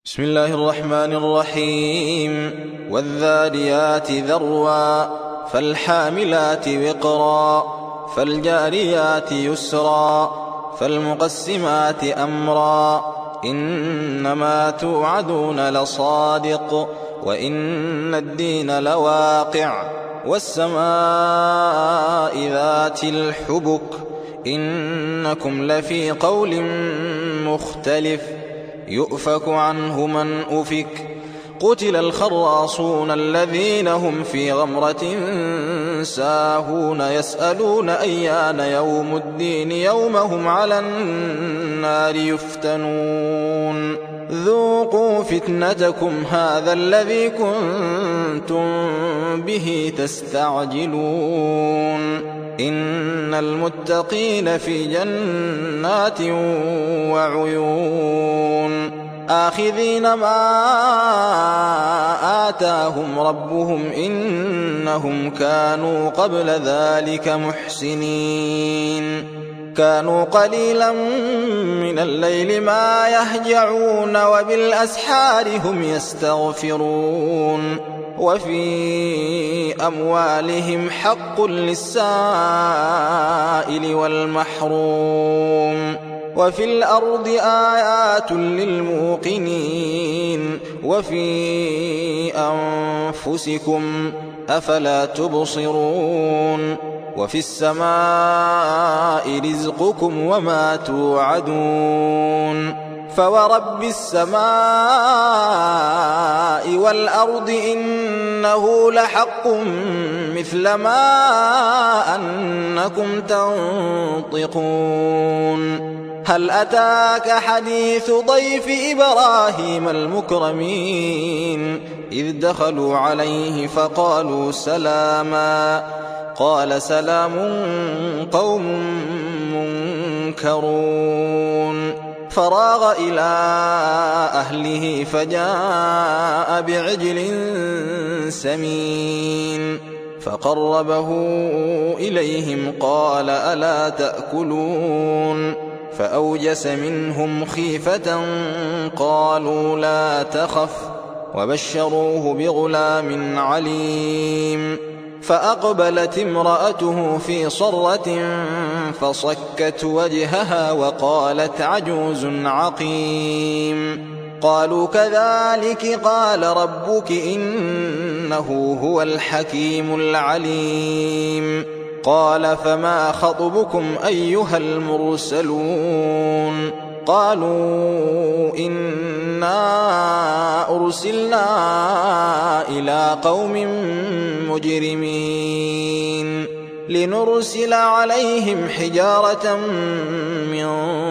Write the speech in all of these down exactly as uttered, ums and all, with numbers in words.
بسم الله الرحمن الرحيم والذاريات ذروا فالحاملات وقرا فالجاريات يسرا فالمقسمات أمرا إنما توعدون لصادق وإن الدين لواقع والسماء ذات الحبك إنكم لفي قول مختلف يؤفك عنه من أفك قتل الخراصون الذين هم في غمرة ساهون يسألون أيان يوم الدين يوم هم على النار يفتنون ذوقوا فتنتكم هذا الذي كنتم به تستعجلون إن المتقين في جنات وعيون آخذين ما آتاهم ربهم إنهم كانوا قبل ذلك محسنين كانوا قليلا من الليل ما يهجعون وبالأسحار هم يستغفرون وفي أموالهم حق للسائل والمحروم وفي الأرض آيات للموقنين وفي أنفسكم أفلا تبصرون وفي السماء رزقكم وما توعدون فورب السماء والأرض إنه لحق مثل ما أنكم تنطقون هل أتاك حديث ضيف إبراهيم المكرمين إذ دخلوا عليه فقالوا سلاما قال سلام قوم منكرون فراغ إلى أهله فجاء بعجل سمين فقربه إليهم قال ألا تأكلون فأوجس منهم خيفة قالوا لا تخف وبشروه بغلام عليم فأقبلت امرأته في صرة فصكت وجهها وقالت عجوز عقيم قالوا كذلك قال ربك إنه هو الحكيم العليم قال فما خطبكم أيها المرسلون قالوا إنا أرسلنا إلى قوم مجرمين لنرسل عليهم حجارة من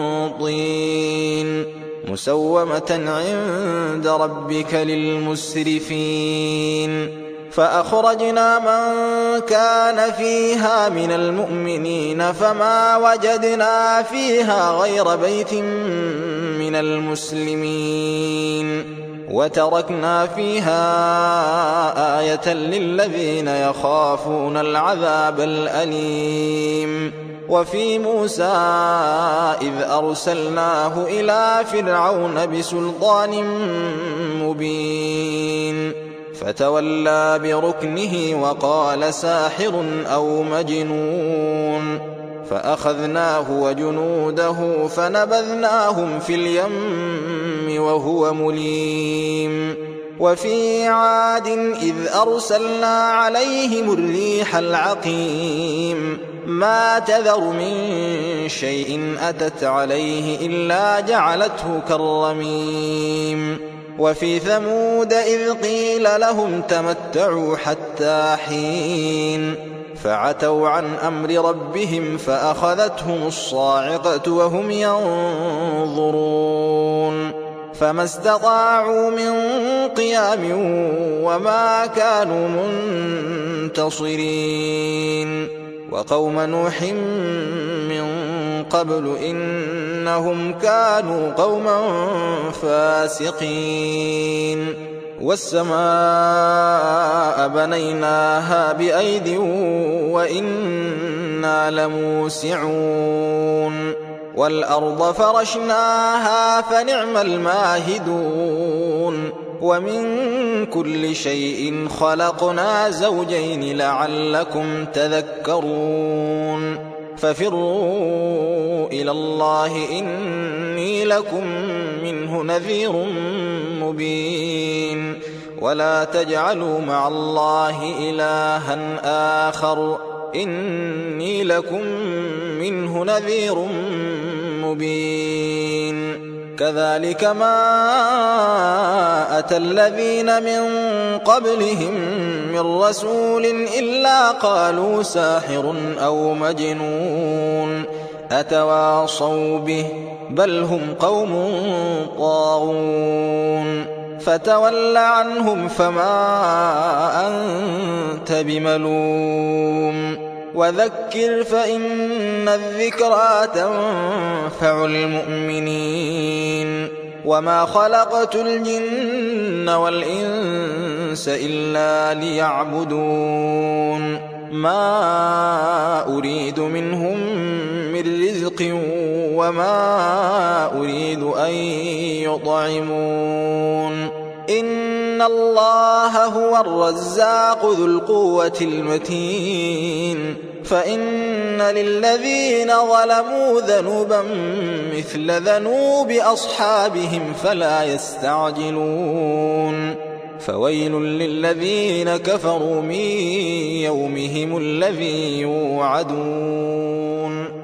طين مسومة عند ربك للمسرفين فأخرجنا من كان فيها من المؤمنين فما وجدنا فيها غير بيت من المسلمين وتركنا فيها آية للذين يخافون العذاب الأليم وفي موسى إذ أرسلناه إلى فرعون بسلطان مبين فتولى بركنه وقال ساحر أو مجنون فأخذناه وجنوده فنبذناهم في اليم وهو مليم وفي عاد إذ أرسلنا عليهم الريح العقيم ما تذر من شيء أتت عليه إلا جعلته كالرميم وفي ثمود إذ قيل لهم تمتعوا حتى حين فعتوا عن أمر ربهم فأخذتهم الصاعقة وهم ينظرون فما استطاعوا من قيام وما كانوا منتصرين وقوم نوح من قبل إنهم كانوا قوما فاسقين والسماء بنيناها بأيد وإنا لموسعون والأرض فرشناها فنعم الماهدون ومن كل شيء خلقنا زوجين لعلكم تذكرون ففروا إلى الله إني لكم منه نذير مبين ولا تجعلوا مع الله إلها آخر إني لكم منه نذير مبين كذلك ما أتى الذين من قبلهم من رسول إلا قالوا ساحر أو مجنون أتواصوا به بل هم قوم طاغون فتول عنهم فما أنت بملوم وذكر فإن الذكرى تنفع المؤمنين وما خلقت الجن والإنس إلا ليعبدون ما أريد منهم من رزق وما أريد أن يطعمون إن الله هو الرزاق ذو القوة المتين فإن للذين ظلموا ذنوبا مثل ذنوب أصحابهم فلا يستعجلون فويل للذين كفروا من يومهم الذي يوعدون